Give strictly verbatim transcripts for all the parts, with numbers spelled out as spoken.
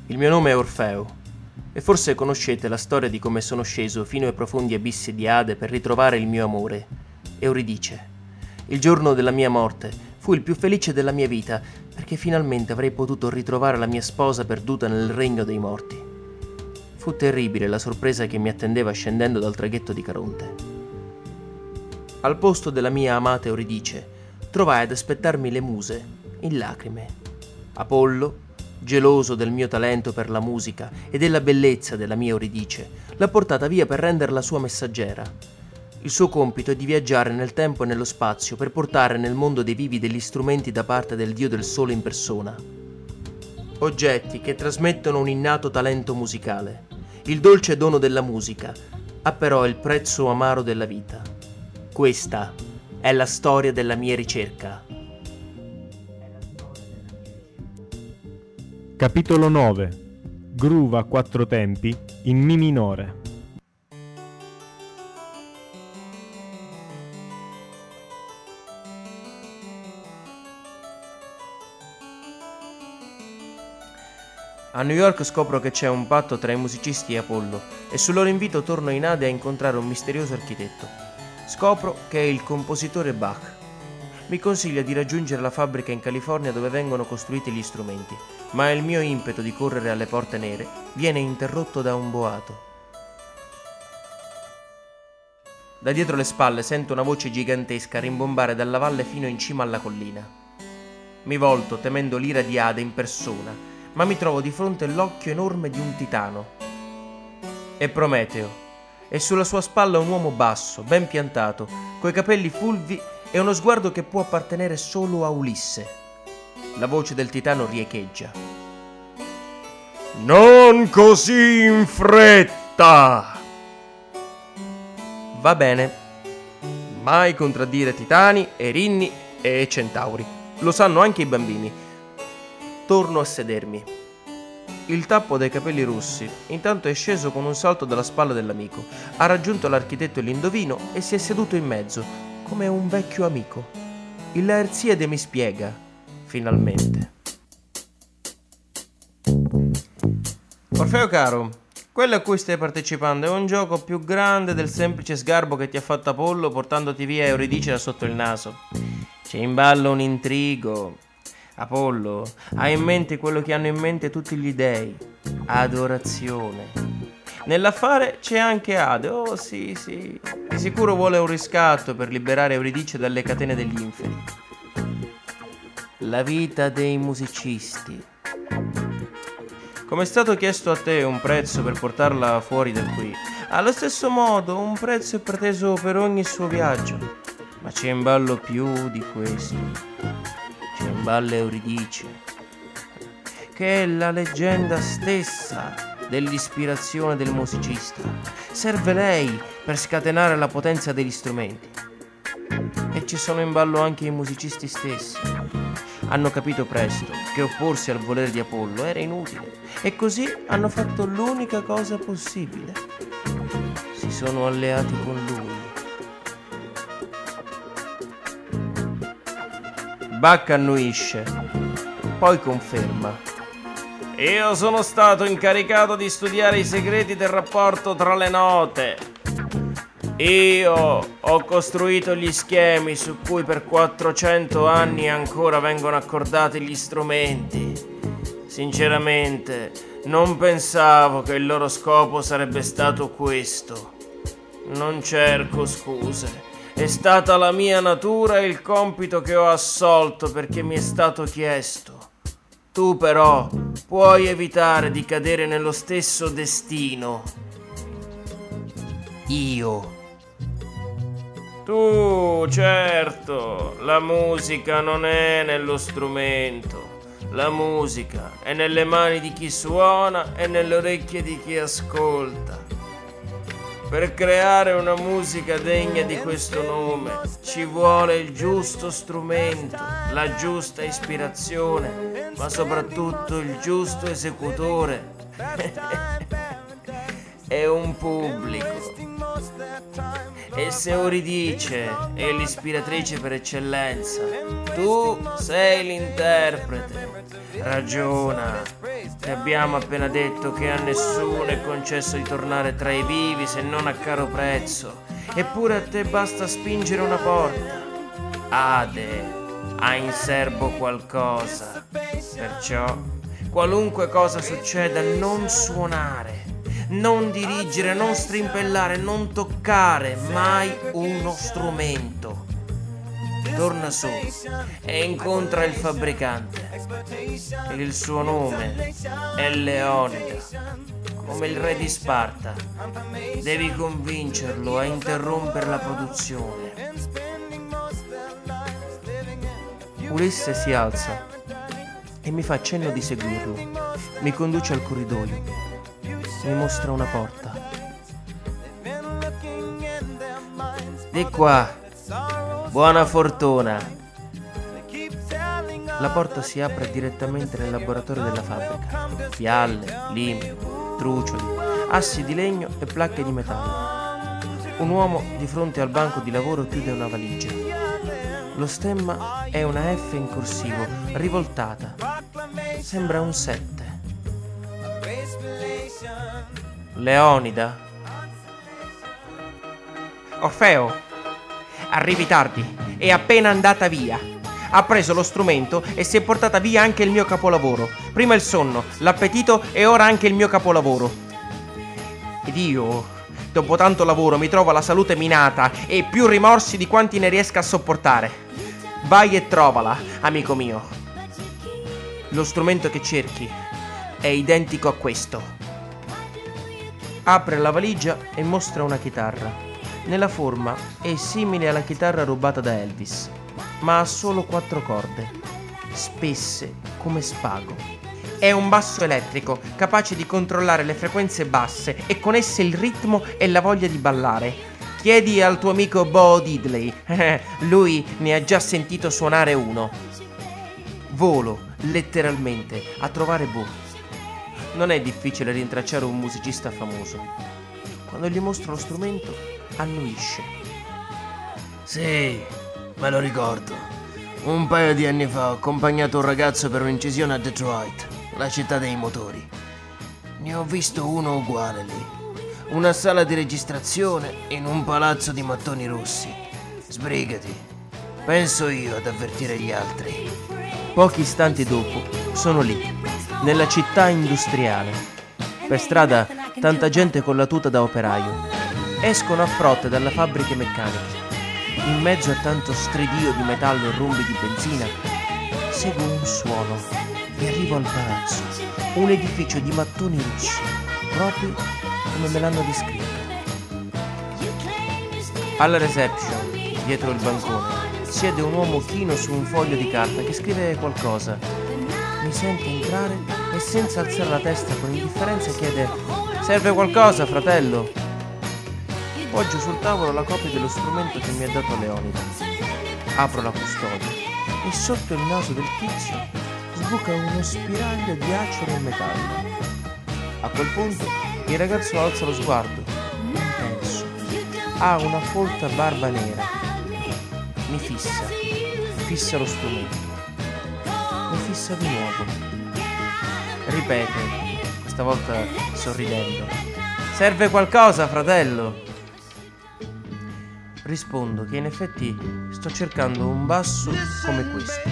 Il mio nome è Orfeo, e forse conoscete la storia di come sono sceso fino ai profondi abissi di Ade per ritrovare il mio amore, Euridice. Il giorno della mia morte fu il più felice della mia vita, perché finalmente avrei potuto ritrovare la mia sposa perduta nel regno dei morti. Fu terribile la sorpresa che mi attendeva scendendo dal traghetto di Caronte. Al posto della mia amata Euridice trovai ad aspettarmi le muse, in lacrime. Apollo, geloso del mio talento per la musica e della bellezza della mia Euridice, l'ha portata via per renderla sua messaggera. Il suo compito è di viaggiare nel tempo e nello spazio per portare nel mondo dei vivi degli strumenti da parte del dio del sole in persona. Oggetti che trasmettono un innato talento musicale. Il dolce dono della musica ha però il prezzo amaro della vita. Questa è la storia della mia ricerca. Capitolo nove. Groove a quattro tempi in Mi minore. A New York scopro che c'è un patto tra i musicisti e Apollo e sul loro invito torno in Ade a incontrare un misterioso architetto. Scopro che è il compositore Bach. Mi consiglia di raggiungere la fabbrica in California dove vengono costruiti gli strumenti, ma il mio impeto di correre alle porte nere viene interrotto da un boato. Da dietro le spalle sento una voce gigantesca rimbombare dalla valle fino in cima alla collina. Mi volto temendo l'ira di Ade in persona, ma mi trovo di fronte all'occhio enorme di un titano. È Prometeo, e sulla sua spalla un uomo basso, ben piantato, coi capelli fulvi e uno sguardo che può appartenere solo a Ulisse. La voce del titano riecheggia. Non così in fretta! Va bene. Mai contraddire titani, erinni e centauri. Lo sanno anche i bambini. Torno a sedermi. Il tappo dai capelli russi intanto è sceso con un salto dalla spalla dell'amico, ha raggiunto l'architetto e l'indovino e si è seduto in mezzo, come un vecchio amico. Il Laerziade mi spiega, finalmente. Orfeo caro, quello a cui stai partecipando è un gioco più grande del semplice sgarbo che ti ha fatto Apollo portandoti via Euridice da sotto il naso. C'è in ballo un intrigo. Apollo ha in mente quello che hanno in mente tutti gli dei: adorazione. Nell'affare c'è anche Ade, oh sì sì, di sicuro vuole un riscatto per liberare Euridice dalle catene degli inferi. La vita dei musicisti. Come è stato chiesto a te un prezzo per portarla fuori da qui, allo stesso modo un prezzo è preteso per ogni suo viaggio. Ma c'è in ballo più di questo. C'è in ballo Euridice, che è la leggenda stessa dell'ispirazione del musicista. Serve lei per scatenare la potenza degli strumenti. E ci sono in ballo anche i musicisti stessi. Hanno capito presto che opporsi al volere di Apollo era inutile e così hanno fatto l'unica cosa possibile. Si sono alleati con lui. Bach annuisce, poi conferma. Io sono stato incaricato di studiare i segreti del rapporto tra le note. Io ho costruito gli schemi su cui per quattrocento anni ancora vengono accordati gli strumenti. Sinceramente, non pensavo che il loro scopo sarebbe stato questo. Non cerco scuse. È stata la mia natura e il compito che ho assolto perché mi è stato chiesto. Tu però puoi evitare di cadere nello stesso destino. Io. Tu, certo, la musica non è nello strumento. La musica è nelle mani di chi suona e nelle orecchie di chi ascolta. Per creare una musica degna di questo nome ci vuole il giusto strumento, la giusta ispirazione, ma soprattutto il giusto esecutore e un pubblico. E se Euridice è l'ispiratrice per eccellenza, tu sei l'interprete. Ragiona. Ti abbiamo appena detto che a nessuno è concesso di tornare tra i vivi se non a caro prezzo. Eppure a te basta spingere una porta. Ade ha in serbo qualcosa. Perciò, qualunque cosa succeda, non suonare, non dirigere, non strimpellare, non toccare mai uno strumento. Torna su e incontra il fabbricante. Il suo nome è Leonida, come il re di Sparta. Devi convincerlo a interrompere la produzione. Ulisse si alza e mi fa cenno di seguirlo. Mi conduce al corridoio. Mi mostra una porta. Di qua. Buona fortuna. La porta si apre direttamente nel laboratorio della fabbrica. Fialle, lime, trucioli, assi di legno e placche di metallo. Un uomo di fronte al banco di lavoro chiude una valigia. Lo stemma è una F in corsivo, rivoltata. Sembra un sette. Leonida? Orfeo, arrivi tardi, è appena andata via. Ha preso lo strumento e si è portata via anche il mio capolavoro. Prima il sonno, l'appetito e ora anche il mio capolavoro. Ed io, dopo tanto lavoro, mi trovo la salute minata e più rimorsi di quanti ne riesca a sopportare. Vai e trovala, amico mio. Lo strumento che cerchi è identico a questo. Apre la valigia e mostra una chitarra. Nella forma è simile alla chitarra rubata da Elvis, ma ha solo quattro corde, spesse come spago. È un basso elettrico, capace di controllare le frequenze basse e con esse il ritmo e la voglia di ballare. Chiedi al tuo amico Bo Diddley, lui ne ha già sentito suonare uno. Volo, letteralmente, a trovare Bo. Non è difficile rintracciare un musicista famoso. Quando gli mostro lo strumento, annuisce. Sì, me lo ricordo. Un paio di anni fa ho accompagnato un ragazzo per un'incisione a Detroit, la città dei motori. Ne ho visto uno uguale lì. Una sala di registrazione in un palazzo di mattoni rossi. Sbrigati. Penso io ad avvertire gli altri. Pochi istanti dopo sono lì, nella città industriale. Per strada tanta gente con la tuta da operaio. Escono a frotte dalla fabbriche meccaniche. In mezzo a tanto stridio di metallo e rombi di benzina, seguo un suono e arrivo al palazzo, un edificio di mattoni rossi, proprio come me l'hanno descritto. Alla reception, dietro il bancone, siede un uomo chino su un foglio di carta che scrive qualcosa. Mi sente entrare e senza alzare la testa con indifferenza chiede: «Serve qualcosa, fratello?» Poggio sul tavolo la copia dello strumento che mi ha dato Leonida. Apro la custodia e sotto il naso del tizio sbuca uno spiraglio di acero e metallo. A quel punto il ragazzo alza lo sguardo, intenso. Ha una folta barba nera. Mi fissa, fissa lo strumento. Mi fissa di nuovo. Ripete, questa volta sorridendo: «Serve qualcosa, fratello?» Rispondo che in effetti sto cercando un basso come questo.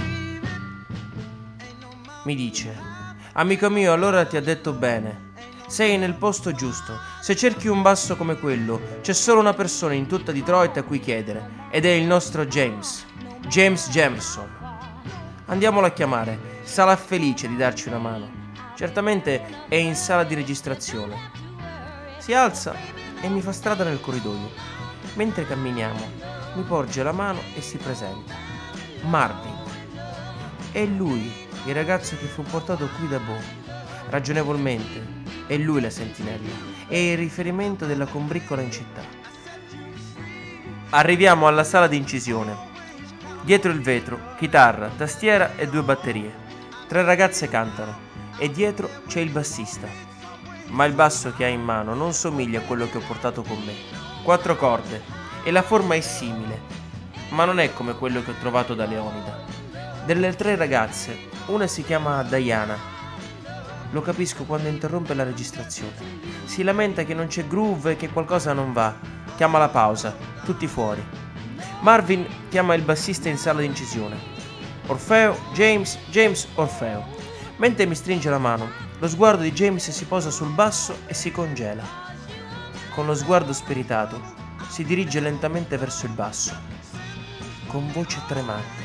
Mi dice: «Amico mio, allora ti ha detto bene. Sei nel posto giusto. Se cerchi un basso come quello, c'è solo una persona in tutta Detroit a cui chiedere, ed è il nostro James. James Jamerson. Andiamolo a chiamare. Sarà felice di darci una mano. Certamente è in sala di registrazione». Si alza e mi fa strada nel corridoio. Mentre camminiamo, mi porge la mano e si presenta. Marvin. È lui, il ragazzo che fu portato qui da Bo. Ragionevolmente, è lui la sentinella, è il riferimento della combriccola in città. Arriviamo alla sala di incisione. Dietro il vetro, chitarra, tastiera e due batterie. Tre ragazze cantano e dietro c'è il bassista. Ma il basso che ha in mano non somiglia a quello che ho portato con me. Quattro corde e la forma è simile, ma non è come quello che ho trovato da Leonida. Delle tre ragazze, Una si chiama Diana. Lo capisco quando interrompe la registrazione. Si lamenta che non c'è groove e che qualcosa non va. Chiama la pausa. Tutti fuori. Marvin chiama il bassista in sala d'incisione. Orfeo, James, James, Orfeo. Mentre mi stringe la mano, lo sguardo di James si posa sul basso e si congela. Con lo sguardo spiritato, si dirige lentamente verso il basso, con voce tremante.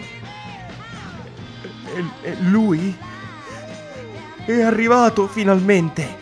E, e lui? È arrivato finalmente!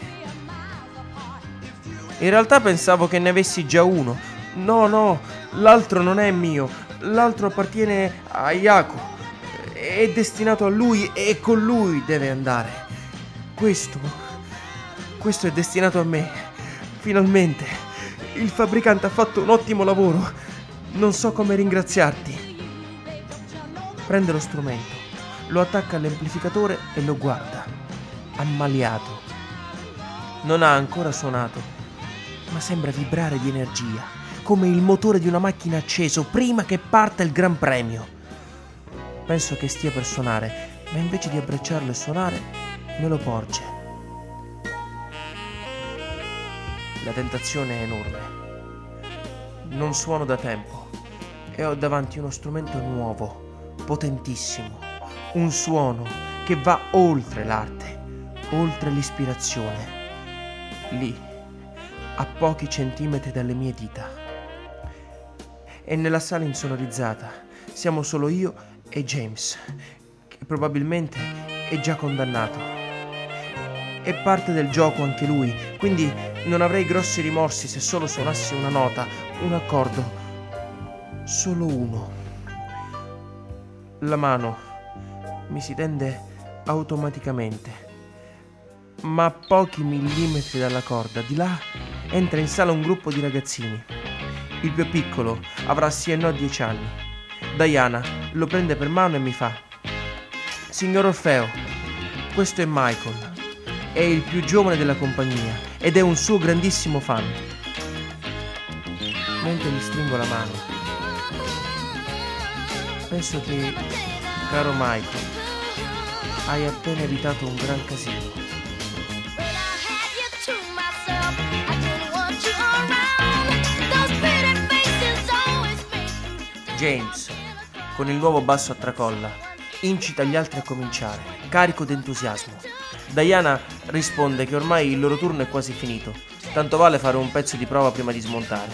In realtà pensavo che ne avessi già uno. No, no, l'altro non è mio. L'altro appartiene a Jaco. È destinato a lui e con lui deve andare. Questo, questo è destinato a me. Finalmente. Il fabbricante ha fatto un ottimo lavoro. Non so come ringraziarti. Prende lo strumento, lo attacca all'amplificatore e lo guarda, ammaliato. Non ha ancora suonato, ma sembra vibrare di energia, come il motore di una macchina acceso prima che parta il Gran Premio. Penso che stia per suonare, ma invece di abbracciarlo e suonare, me lo porge. La tentazione è enorme. Non suono da tempo e ho davanti uno strumento nuovo, potentissimo, un suono che va oltre l'arte, oltre l'ispirazione. Lì, a pochi centimetri dalle mie dita. E nella sala insonorizzata siamo solo io e James, che probabilmente è già condannato. È parte del gioco anche lui, quindi non avrei grossi rimorsi se solo suonassi una nota, un accordo, solo uno. La mano mi si tende automaticamente, ma a pochi millimetri dalla corda, di là, entra in sala un gruppo di ragazzini. Il più piccolo avrà sì e no dieci anni. Diana lo prende per mano e mi fa: Signor Orfeo, questo è Michael. È il più giovane della compagnia ed è un suo grandissimo fan. Mentre gli stringo la mano, penso che, caro Michael, hai appena evitato un gran casino. James, con il nuovo basso a tracolla, incita gli altri a cominciare, carico d'entusiasmo. Diana risponde che ormai il loro turno è quasi finito, tanto vale fare un pezzo di prova prima di smontare.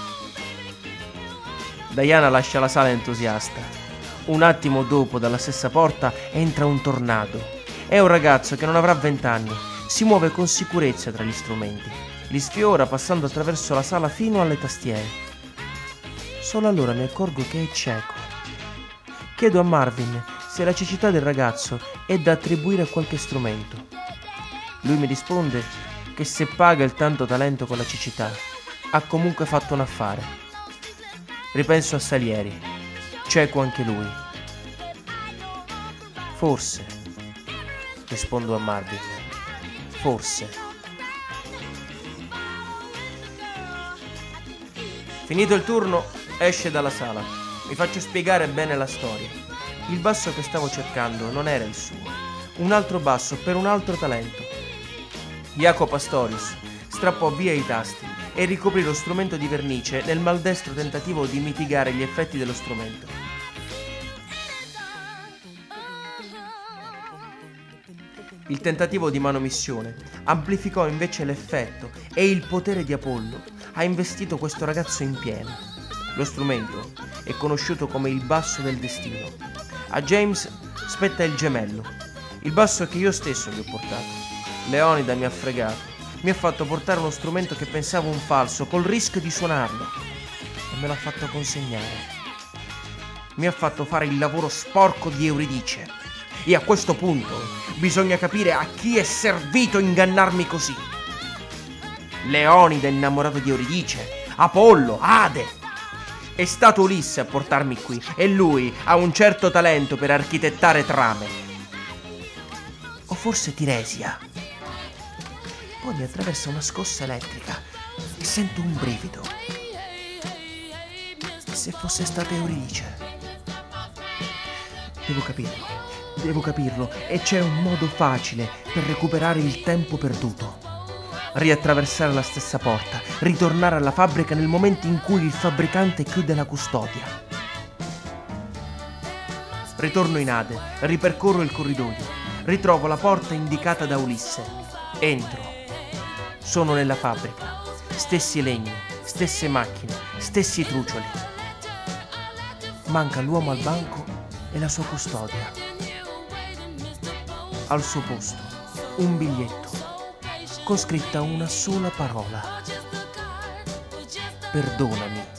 Diana lascia la sala entusiasta. Un attimo dopo, dalla stessa porta, entra un tornado. È un ragazzo che non avrà vent'anni, si muove con sicurezza tra gli strumenti, li sfiora passando attraverso la sala fino alle tastiere. Solo allora mi accorgo che è cieco. Chiedo a Marvin se la cecità del ragazzo è da attribuire a qualche strumento. Lui mi risponde che se paga il tanto talento con la cecità, ha comunque fatto un affare. Ripenso a Salieri, cieco anche lui. Forse, rispondo a Marvin, forse. Finito il turno, esce dalla sala. Mi faccio spiegare bene la storia. Il basso che stavo cercando non era il suo. Un altro basso per un altro talento. Jaco Pastorius strappò via i tasti e ricoprì lo strumento di vernice nel maldestro tentativo di mitigare gli effetti dello strumento. Il tentativo di manomissione amplificò invece l'effetto e il potere di Apollo ha investito questo ragazzo in pieno. Lo strumento è conosciuto come il basso del destino. A James spetta il gemello, il basso che io stesso gli ho portato. Leonida mi ha fregato, mi ha fatto portare uno strumento che pensavo un falso, col rischio di suonarlo, e me l'ha fatto consegnare. Mi ha fatto fare il lavoro sporco di Euridice. E a questo punto bisogna capire a chi è servito ingannarmi così. Leonida è innamorato di Euridice, Apollo, Ade. È stato Ulisse a portarmi qui e lui ha un certo talento per architettare trame. O forse Tiresia. Poi mi attraversa una scossa elettrica e sento un brivido. E se fosse stata Euridice? Devo capirlo. Devo capirlo e c'è un modo facile per recuperare il tempo perduto. Riattraversare la stessa porta, ritornare alla fabbrica nel momento in cui il fabbricante chiude la custodia. Ritorno in Ade, ripercorro il corridoio, ritrovo la porta indicata da Ulisse. Entro. Sono nella fabbrica. Stessi legni, stesse macchine, stessi trucioli. Manca l'uomo al banco e la sua custodia. Al suo posto, un biglietto, con scritta una sola parola. Perdonami.